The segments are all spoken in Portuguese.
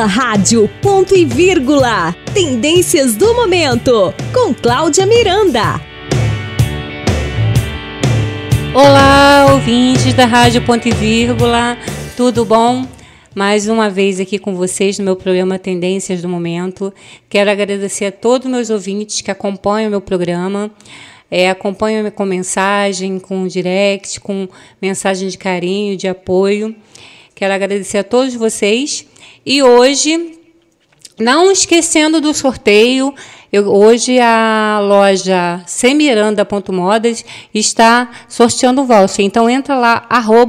Rádio Ponto e Vírgula. Tendências do momento, com Cláudia Miranda. Olá, ouvintes da Rádio Ponto e Vírgula, tudo bom? Mais uma vez aqui com vocês no meu programa Tendências do Momento. Quero agradecer a todos os meus ouvintes que acompanham o meu programa, acompanham com mensagem, com direct, com mensagem de carinho, de apoio. Quero agradecer a todos vocês. E hoje, não esquecendo do sorteio, hoje a loja Semiranda.modas está sorteando o voucher. Então, entra lá,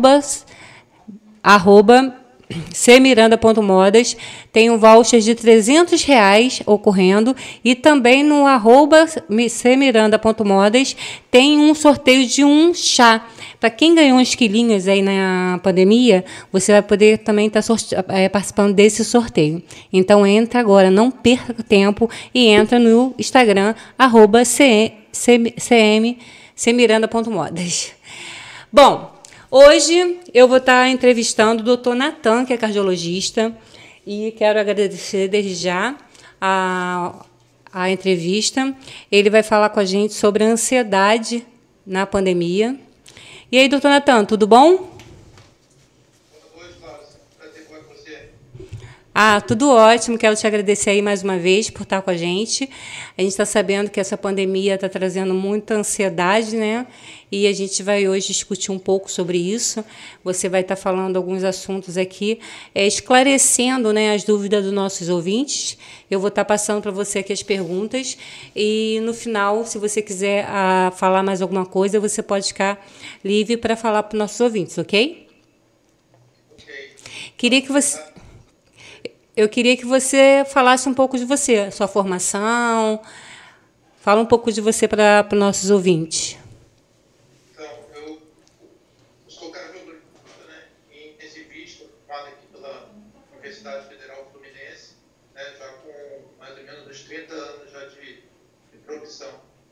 arroba Semiranda.modas, tem um voucher de R$300 ocorrendo, e também no arroba Semiranda.modas tem um sorteio de um chá. Para quem ganhou uns quilinhos aí na pandemia, você vai poder também estar participando desse sorteio. Então entra agora, não perca tempo, e entra no Instagram, arroba Semiranda.modas. Bom, hoje eu vou estar entrevistando o Dr. Natan, que é cardiologista, e quero agradecer desde já a entrevista. Ele vai falar com a gente sobre a ansiedade na pandemia. E aí, doutor Natan, tudo bom? Boa noite, Cláudia. Prazer falar com você. Tudo ótimo. Quero te agradecer aí mais uma vez por estar com a gente. A gente está sabendo que essa pandemia está trazendo muita ansiedade, né? E a gente vai hoje discutir um pouco sobre isso. Você vai estar falando alguns assuntos aqui, esclarecendo, né, as dúvidas dos nossos ouvintes. Eu vou estar passando para você aqui as perguntas. E no final, se você quiser falar mais alguma coisa, você pode ficar livre para falar para os nossos ouvintes, ok? Ok. Eu queria que você falasse um pouco de você, sua formação. Fala um pouco de você para os nossos ouvintes. Então, eu sou cardiologista, né, e intensivista, formado aqui pela Universidade Federal Fluminense, né, já com mais ou menos uns 30 anos já de profissão.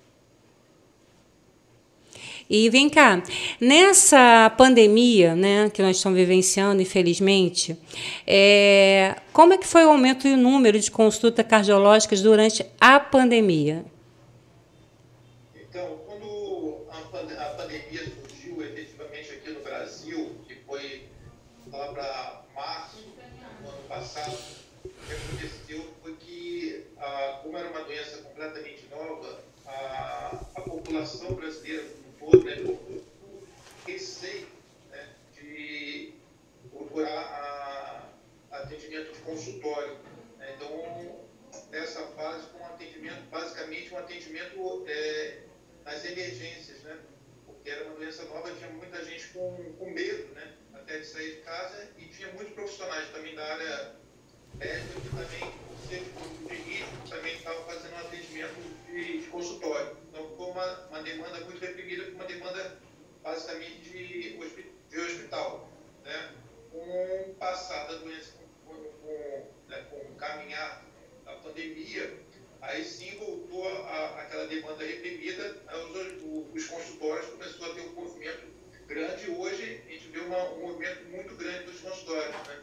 E vem cá, nessa pandemia, né, que nós estamos vivenciando, infelizmente, como é que foi o aumento do número de consultas cardiológicas durante a pandemia? Então, quando a pandemia surgiu efetivamente aqui no Brasil, que foi lá para março do ano passado, o que aconteceu foi que, como era uma doença completamente nova, a população brasileira como um todo, né, receio, né, de procurar atendimento de consultório. Né? Então, nessa fase, foi um atendimento, basicamente um atendimento nas emergências, né? Porque era uma doença nova, tinha muita gente com medo, né, até de sair de casa, e tinha muitos profissionais também da área médica que também, por ser de grupo de risco, também estavam fazendo um atendimento de consultório. Então, ficou uma demanda muito reprimida, uma demanda basicamente de hospital, né? Com o passar da doença, com o caminhar da pandemia, aí sim voltou aquela demanda reprimida, os consultórios começou a ter um movimento grande. Hoje a gente vê um movimento muito grande dos consultórios, né?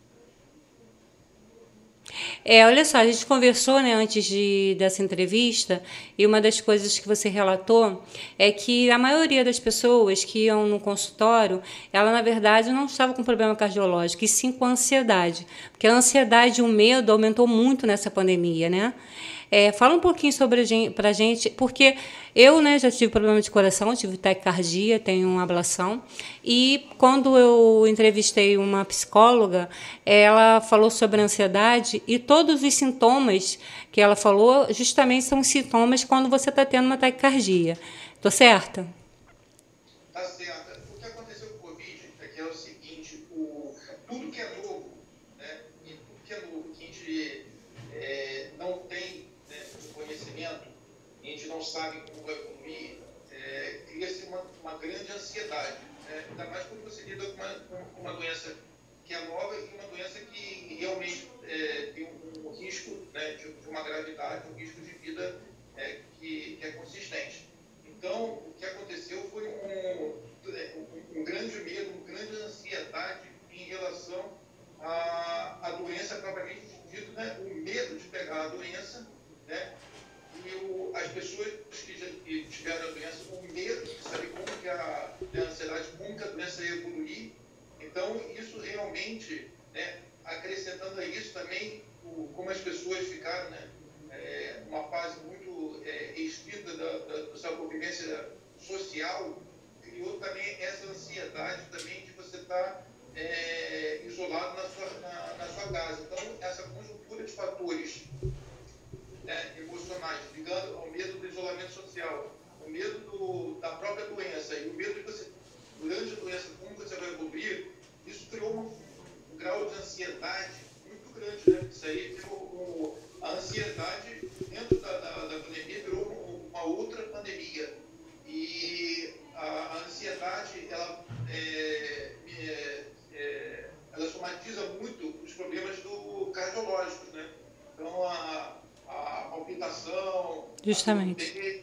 Olha só, a gente conversou, né, antes dessa entrevista, e uma das coisas que você relatou é que a maioria das pessoas que iam no consultório, ela, na verdade, não estava com problema cardiológico, e sim com ansiedade. Porque a ansiedade e o medo aumentou muito nessa pandemia, né? Fala um pouquinho para a gente, porque eu, né, já tive problema de coração, tive taquicardia, tenho uma ablação, e quando eu entrevistei uma psicóloga, ela falou sobre a ansiedade, e todos os sintomas que ela falou justamente são sintomas quando você está tendo uma taquicardia. Estou certa? Está certa. O que aconteceu com o Covid é que é o seguinte, tudo que é novo, né, e tudo que é novo, que a gente não tem, né, conhecimento, a gente não sabe como vai evoluir, cria-se uma grande ansiedade, né? Ainda mais quando você lida com uma doença que é nova e uma doença que realmente tem um risco, né, de uma gravidade, um risco de vida que é consistente. Então, o que aconteceu foi um grande medo, uma grande ansiedade em relação à doença propriamente né, o medo de pegar a doença, né, e as pessoas que tiveram a doença, o medo de saber como que a ansiedade, como que a doença ia evoluir. Então, isso realmente, né, acrescentando a isso também, como as pessoas ficaram, né, uma fase muito estrita da sua convivência social, criou também essa ansiedade também de você estar isolado na sua casa. Então, essa conjuntura de fatores, né, emocionais, ligando ao medo do isolamento social, o medo da própria doença e o medo de você, durante a doença, como você vai evoluir, isso criou um grau de ansiedade muito grande, né? Isso aí virou a ansiedade dentro da pandemia virou uma outra pandemia. E a ansiedade, ela somatiza muito os problemas cardiológicos, né? Então, a palpitação, Justamente.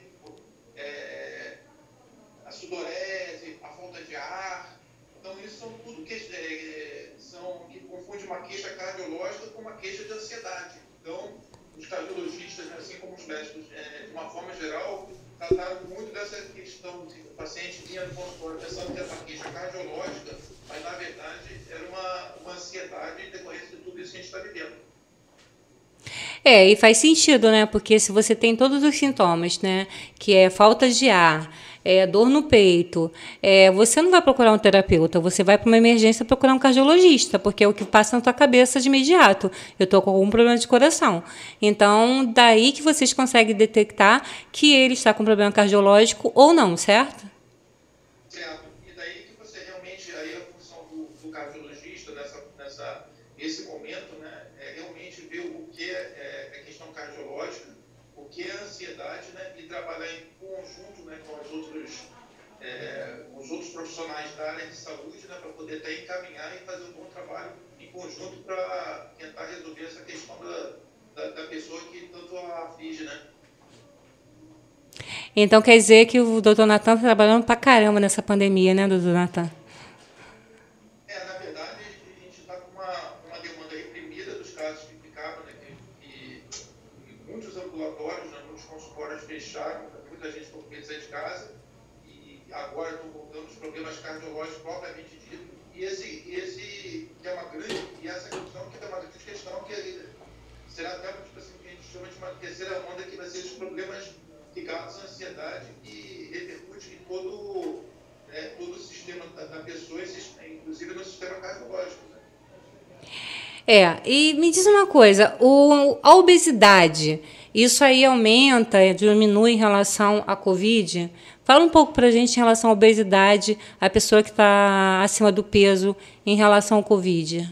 a sudorese, a falta de ar. Então, isso são tudo que confunde uma queixa cardiológica com uma queixa de ansiedade. Então, os cardiologistas, assim como os médicos, de uma forma geral, trataram muito dessa questão de o paciente vinha no consultório pensando que era uma queixa cardiológica, mas, na verdade, era uma ansiedade em decorrência de tudo isso que a gente está vivendo. E faz sentido, né? Porque se você tem todos os sintomas, né? Que é falta de ar, dor no peito, você não vai procurar um terapeuta, você vai para uma emergência procurar um cardiologista, porque é o que passa na tua cabeça de imediato. Eu estou com algum problema de coração. Então, daí que vocês conseguem detectar que ele está com problema cardiológico ou não, certo? Certo. E daí que você realmente, aí a função do cardiologista nesse momento, né, é realmente ver o que é questão cardiológica, o que é ansiedade, né, e trabalhar em conjunto, né, com os outros profissionais da área de saúde, né, para poder até encaminhar e fazer um bom trabalho em conjunto para tentar resolver essa questão da pessoa que tanto a aflige, né? Então quer dizer que o doutor Natan está trabalhando pra caramba nessa pandemia, né, doutor Natan? Na verdade, a gente está com uma demanda reprimida dos casos que ficaram, né, que muitos ambulatórios, né, muitos consultórios fecharam, muita gente ficou com medo de sair de casa, e agora estão voltando os problemas cardiológicos propriamente dito, e esse que é uma grande, e essa questão que é uma grande questão que será até tipo assim, que a gente chama de uma terceira onda, que vai ser os problemas ligados à ansiedade e repercute em todo o sistema da pessoa, inclusive no sistema cardiológico. Né? E me diz uma coisa, a obesidade, isso aí aumenta, diminui em relação à Covid? Fala um pouco para a gente em relação à obesidade, a pessoa que está acima do peso em relação ao Covid.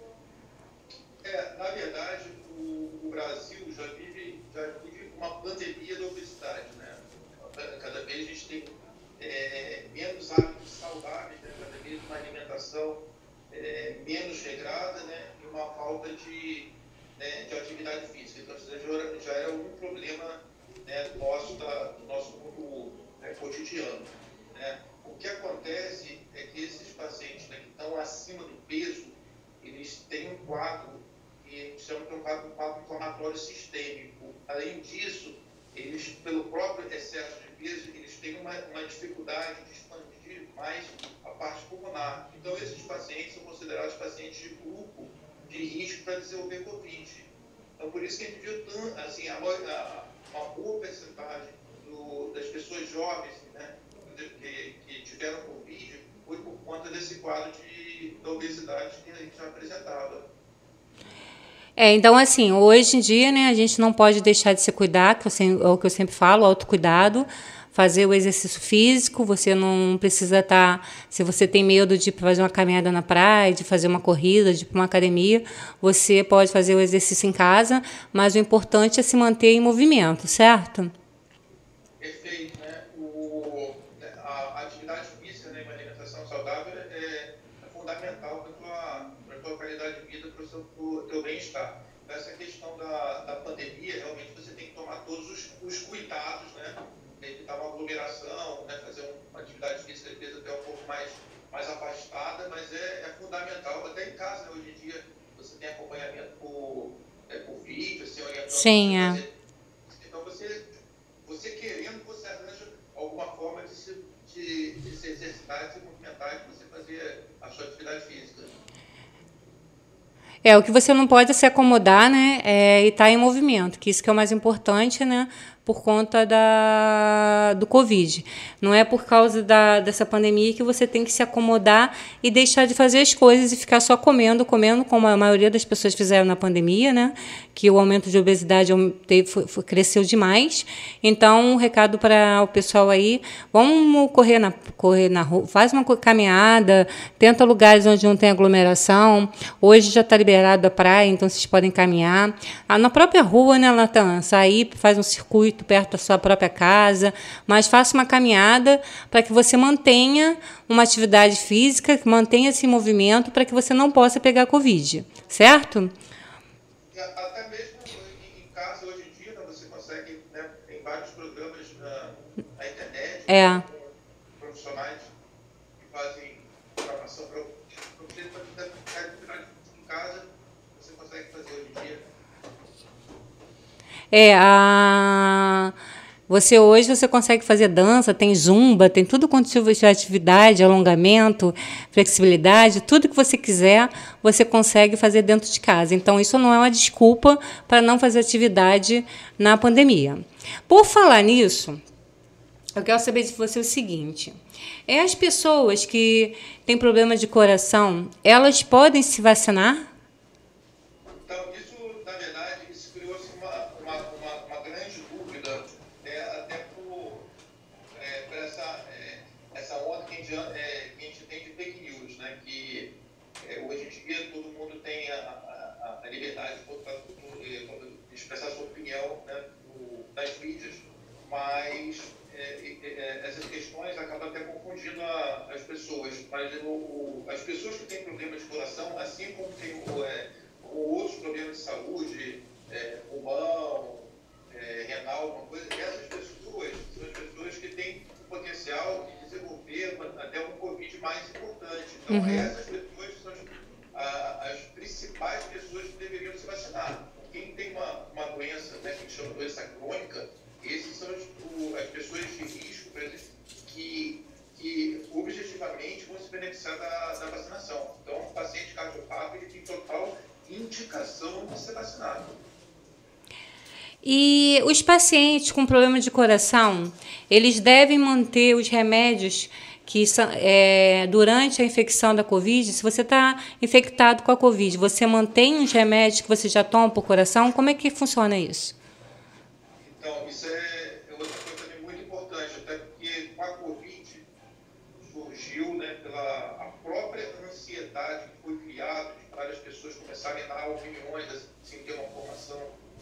Na verdade, o Brasil já vive uma pandemia da obesidade, né? Cada vez a gente tem menos hábitos saudáveis, né? Cada vez uma alimentação menos regrada, né? E uma falta de atividade física. Então, isso já era um problema, né, do nosso mundo cotidiano. Né? O que acontece é que esses pacientes, né, que estão acima do peso, eles têm um quadro que chama de um quadro inflamatório sistêmico. Além disso, eles, pelo próprio excesso de peso, eles têm uma dificuldade de expandir mais a parte pulmonar. Então, esses pacientes são considerados pacientes de grupo de risco para desenvolver Covid. Então, por isso que a gente viu assim, uma boa percentagem das pessoas jovens, né, que tiveram Covid foi por conta desse quadro da obesidade que a gente já apresentava. Então, assim, hoje em dia, né, a gente não pode deixar de se cuidar, é o que eu sempre falo, autocuidado, fazer o exercício físico, você não precisa se você tem medo de fazer uma caminhada na praia, de fazer uma corrida, de ir para uma academia, você pode fazer o exercício em casa, mas o importante é se manter em movimento, certo? Perfeito, né? A atividade física, né, e uma alimentação saudável é fundamental para a tua qualidade de vida, para o teu bem-estar. Essa questão da pandemia, realmente você tem que tomar todos os cuidados, né? Evitar uma aglomeração, né? Fazer uma atividade física, às vezes até um pouco mais afastada, mas é fundamental. Até em casa, né? Hoje em dia, você tem acompanhamento por Sim, é. Então, você querendo, você arranja alguma forma de se exercitar, de se movimentar, de você fazer a sua atividade física. O que você não pode é se acomodar, né? E estar em movimento, que isso que é o mais importante, né? Por conta do Covid. Não é por causa dessa pandemia que você tem que se acomodar e deixar de fazer as coisas e ficar só comendo, como a maioria das pessoas fizeram na pandemia, né? Que o aumento de obesidade cresceu demais. Então, um recado para o pessoal aí, vamos correr na rua, faz uma caminhada, tenta lugares onde não tem aglomeração. Hoje já está liberado a praia, então vocês podem caminhar. Na própria rua, né, Natan? Sair, faz um circuito perto da sua própria casa, mas faça uma caminhada para que você mantenha uma atividade física, mantenha esse movimento para que você não possa pegar Covid, certo? Até mesmo em casa, hoje em dia, né, você consegue, né, tem vários programas na internet, com profissionais que fazem programação para você ficar em casa, você consegue fazer hoje em dia. Você consegue fazer dança, tem zumba, tem tudo quanto de atividade, alongamento, flexibilidade, tudo que você quiser, você consegue fazer dentro de casa. Então, isso não é uma desculpa para não fazer atividade na pandemia. Por falar nisso, eu quero saber de você o seguinte: as pessoas que têm problema de coração, elas podem se vacinar? Então, isso, na verdade, isso criou-se uma grande dúvida, até por essa onda que a gente tem de fake news, né? Que hoje em dia todo mundo tem a liberdade de expressar sua opinião, né, nas mídias, mas essas questões acabam até confundindo as pessoas. Mas as pessoas que têm problema de coração, assim como tem outros problemas de saúde, pulmão, renal, alguma coisa, essas pessoas são as pessoas que têm o potencial de desenvolver até um Covid mais importante. Então, essas pessoas são as principais pessoas que deveriam se vacinar. Quem tem uma doença, né, que chama de doença crônica, essas são as pessoas de risco, por exemplo, que objetivamente vão se beneficiar da vacinação. Então, o paciente cardiopata, ele tem total indicação de ser vacinado. E os pacientes com problema de coração, eles devem manter os remédios que durante a infecção da Covid. Se você está infectado com a Covid, você mantém os remédios que você já toma para o coração? Como é que funciona isso? Então, isso é outra coisa também muito importante, até porque com a Covid surgiu, né, pela a própria ansiedade que foi criada de várias pessoas começarem a dar opiniões sem ter uma formação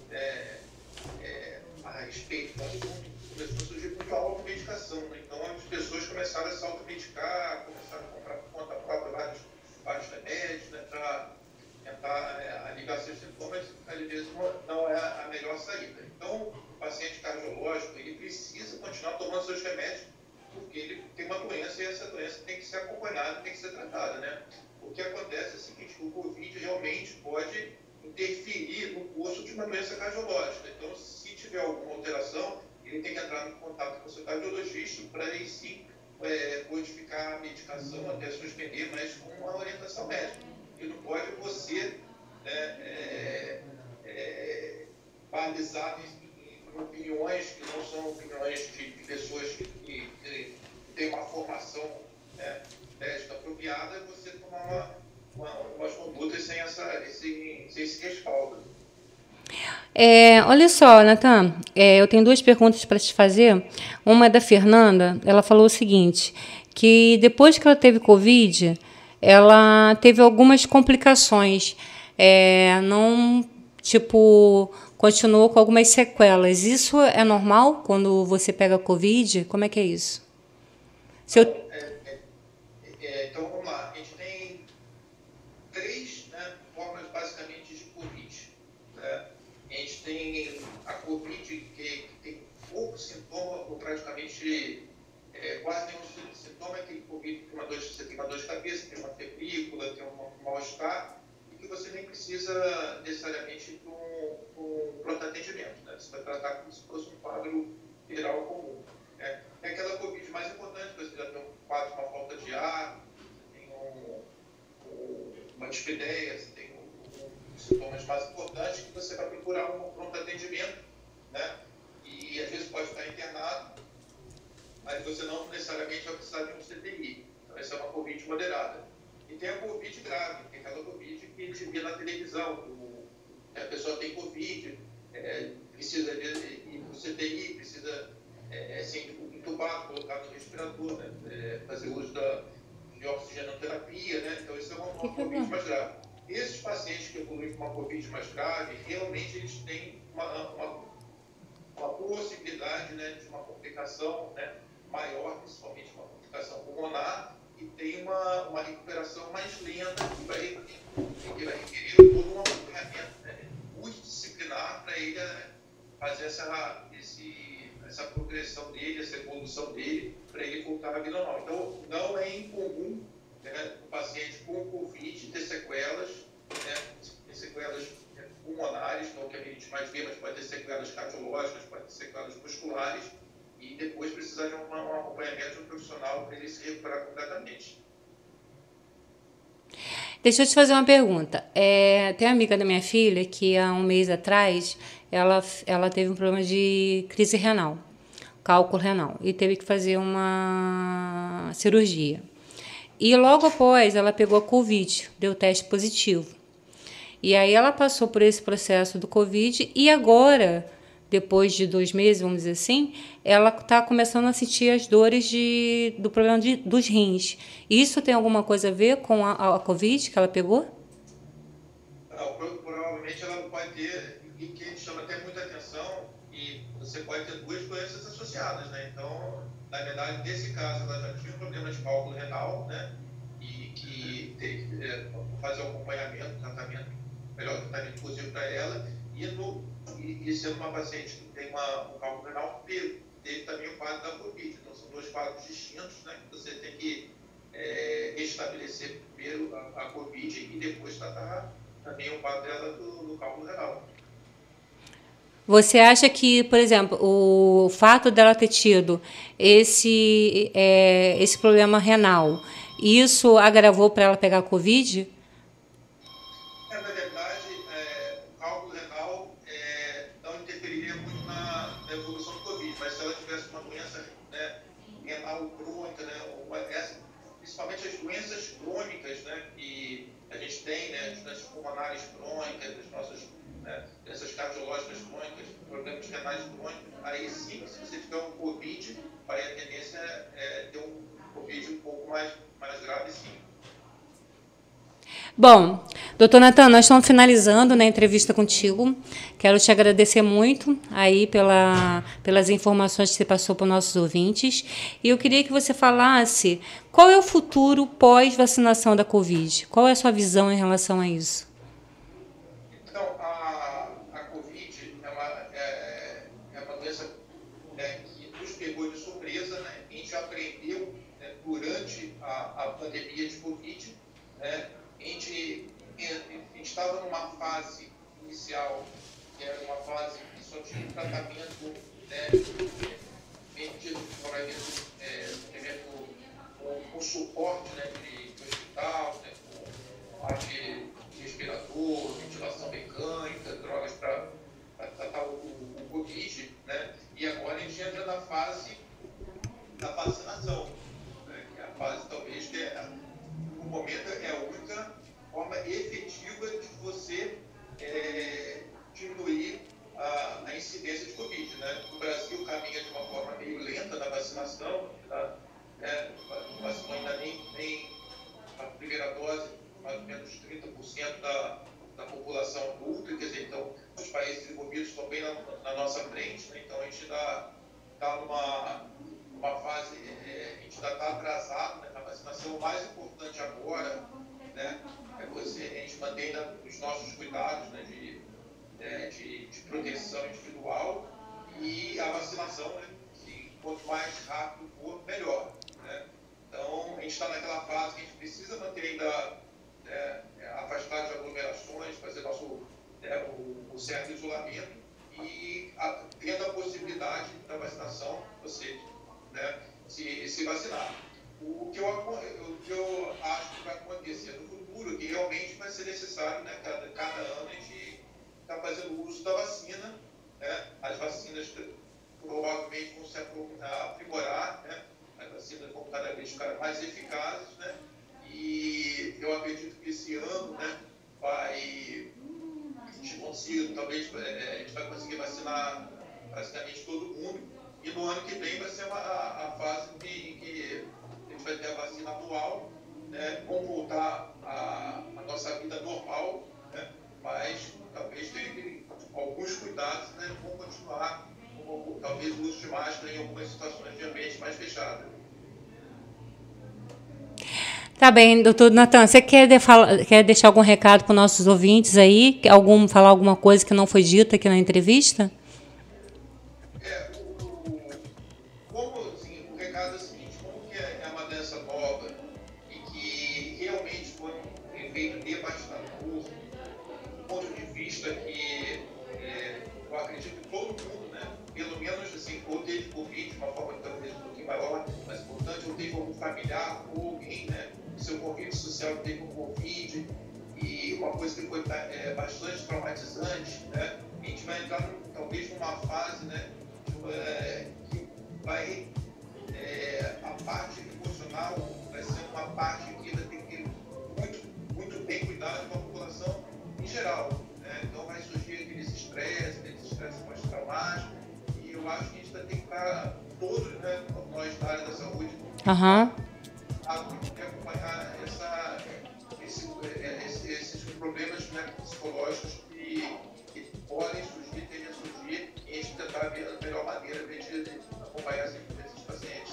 a respeito. Então, começou a surgir muita automedicação, né? Então, as pessoas começaram a se automedicar, começaram a comprar por conta própria vários remédios, né, para tentar aliviar seus sintomas. Às vezes não é a melhor saída. Então, o paciente cardiológico, ele precisa continuar tomando seus remédios, porque ele tem uma doença e essa doença tem que ser acompanhada, tem que ser tratada, né? O que acontece é o seguinte: o Covid realmente pode interferir no curso de uma doença cardiológica. Então, se tiver alguma alteração, ele tem que entrar em contato com o seu cardiologista para aí sim modificar a medicação, até suspender, mas com uma orientação médica. E não pode você balizar em opiniões que não são opiniões de pessoas que têm uma formação, né, médica apropriada, você tomar umas condutas sem esse respaldo. Olha só, Natan, eu tenho duas perguntas para te fazer. Uma é da Fernanda. Ela falou o seguinte, que depois que ela teve Covid, ela teve algumas complicações. Continuou com algumas sequelas. Isso é normal quando você pega Covid? Como é que é isso? Então, vamos lá. A gente tem três, né, formas, basicamente, de Covid. Né? A gente tem a Covid que tem pouco sintoma, ou praticamente quase nenhum sintoma, aquele Covid que você tem uma dor de cabeça, tem uma febrícula, tem um mal-estar, e que você nem precisa necessariamente ir para um pronto-atendimento. medicamentos, né? Você vai tratar como se fosse um quadro viral comum. Né? É aquela Covid mais importante, você já tem um quadro de uma falta de ar, você tem uma dispneia, você tem sintomas mais importantes que você vai procurar um pronto atendimento, né? E às vezes pode estar internado, mas você não necessariamente vai precisar de um CTI. Então, essa é uma Covid moderada. E tem a Covid grave, que é aquela Covid que a gente vê na televisão. A pessoa tem Covid, precisa ir para o CTI, precisa ser entubado, colocado no respirador, né? Fazer uso de oxigenoterapia, né? Então, isso é uma Covid mais grave. Esses pacientes que evoluem com uma Covid mais grave, realmente eles têm uma possibilidade, né, de uma complicação, né, maior, principalmente uma complicação pulmonar, e tem uma recuperação mais lenta, que vai requerer todo um acompanhamento, né, multidisciplinar para ele fazer essa progressão dele, essa evolução dele, para ele voltar à vida normal. Então, não é incomum, né, o paciente com Covid ter sequelas, né, sequelas pulmonares, que é o que a gente mais vê, mas pode ter sequelas cardiológicas, pode ter sequelas musculares, e depois precisar de um acompanhamento de um profissional para ele se recuperar completamente. Deixa eu te fazer uma pergunta. Tem uma amiga da minha filha que há um mês atrás ela teve um problema de crise renal, cálculo renal, e teve que fazer uma cirurgia. E logo após ela pegou a Covid, deu teste positivo. E aí ela passou por esse processo do Covid e agora, depois de 2 meses, vamos dizer assim, ela está começando a sentir as dores do problema dos rins. Isso tem alguma coisa a ver com a Covid que ela pegou? Provavelmente ela pode ter, e que a gente chama até muita atenção, e você pode ter 2 doenças associadas, né? Então, na verdade, nesse caso, ela já tinha um problema de cálculo renal, né? E que teve que fazer o acompanhamento, melhor tratamento possível para ela, e sendo uma paciente que tem um cálculo renal, teve também o quadro da Covid. Então, são 2 quadros distintos, né? Que você tem que restabelecer primeiro a Covid e depois tratar também o quadro dela do cálculo renal. Você acha que, por exemplo, o fato dela ter tido esse problema renal, isso agravou para ela pegar a Covid? Na verdade, o cálculo renal não interferiria muito na evolução do Covid, mas se ela tivesse uma doença, né, renal crônica, né, principalmente as doenças crônicas, né, que a gente tem, né, as doenças pulmonares crônicas, as nossas doenças cardiológicas crônicas, problemas renais crônicos, aí sim, se você tiver um Covid, aí a tendência é ter um Covid um pouco mais grave, sim. Bom, doutor Natan, nós estamos finalizando, né, a entrevista contigo. Quero te agradecer muito aí pelas informações que você passou para os nossos ouvintes. E eu queria que você falasse qual é o futuro pós-vacinação da Covid. Qual é a sua visão em relação a isso? Então, a Covid é uma doença, né, que nos pegou de surpresa, né? A gente aprendeu, né, durante a pandemia de Covid, né? A gente estava numa fase inicial, que era uma fase que só tinha tratamento, né, medido com suporte, né, de hospital, né, com ar de respirador, ventilação mecânica, drogas para tratar o Covid, né? E agora a gente entra na fase da vacinação, né, que é a fase talvez que no momento é a única forma efetiva de você diminuir a incidência de Covid, né? O Brasil caminha de uma forma meio lenta na vacinação, vacinou ainda nem a primeira dose, mais ou menos 30% da população adulta, quer dizer, então os países desenvolvidos estão bem na nossa frente, né? Então a gente está numa fase, a gente ainda está atrasado, né, na vacinação. O mais importante agora, né, a gente mantém os nossos cuidados, né, de proteção individual e a vacinação, né, que quanto mais rápido for, melhor, né? Então a gente está naquela fase que a gente precisa manter ainda afastado de aglomerações, fazer o certo isolamento e tendo a possibilidade da vacinação, você, né, se vacinar. O que eu acho que vai acontecer no futuro, que realmente vai ser necessário, né, cada ano a gente está fazendo uso da vacina, né? As vacinas provavelmente vão se aprimorar, né? As vacinas vão cada vez ficar mais eficazes, né? E eu acredito que esse ano, né, a gente consiga, talvez a gente vai conseguir vacinar praticamente todo mundo, e no ano que vem vai ser a fase em que a gente vai ter a vacina anual, né? Vamos voltar à nossa vida normal, né? Mas talvez tenha alguns cuidados, né? Vão continuar, como talvez o uso de máscara em algumas situações de ambiente mais fechado. Tá bem, doutor Natan, você quer deixar algum recado para os nossos ouvintes aí? Falar alguma coisa que não foi dita aqui na entrevista? Como assim, o recado é o seguinte, como que é uma doença nova e que realmente foi feito devastador, do ponto de vista que eu acredito que todo mundo, né, pelo menos assim, ou teve Covid de uma forma talvez um pouquinho maior, mas importante, ou teve algum familiar ou alguém, né, no seu convívio social teve um Covid, e uma coisa que foi bastante traumatizante, né, a gente vai entrar talvez numa fase, né, que vai, a parte emocional vai ser uma parte que vai ter que ter muito bem cuidado com a população em geral, né? Então vai surgir aqueles estresses pós-traumáticos, e eu acho que a gente vai ter que estar todos, né, nós da área da saúde, acompanhar esses problemas, né, psicológicos que podem surgir, tendem a surgir, e a gente tentar ver a melhor maneira de acompanhar esses pacientes.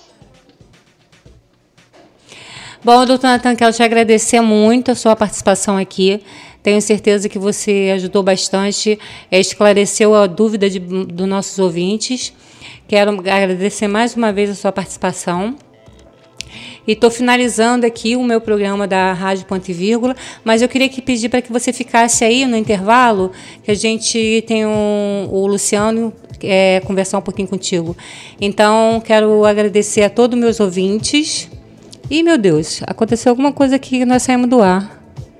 Bom, doutor Natan, quero te agradecer muito a sua participação aqui. Tenho certeza que você ajudou bastante, esclareceu a dúvida dos nossos ouvintes. Quero agradecer mais uma vez a sua participação. E estou finalizando aqui o meu programa da Rádio Ponto e Vírgula, mas eu queria pedir para que você ficasse aí no intervalo, que a gente tem o Luciano conversar um pouquinho contigo. Então, quero agradecer a todos os meus ouvintes. Ih, meu Deus, aconteceu alguma coisa aqui que nós saímos do ar.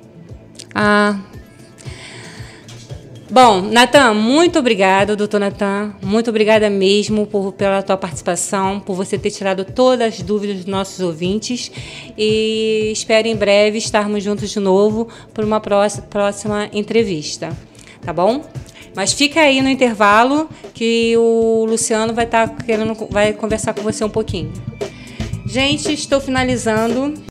Bom, Natan, muito obrigada, doutor Natan. Muito obrigada mesmo pela tua participação, por você ter tirado todas as dúvidas dos nossos ouvintes. E espero em breve estarmos juntos de novo por uma próxima entrevista. Tá bom? Mas fica aí no intervalo que o Luciano vai conversar com você um pouquinho. Gente, estou finalizando.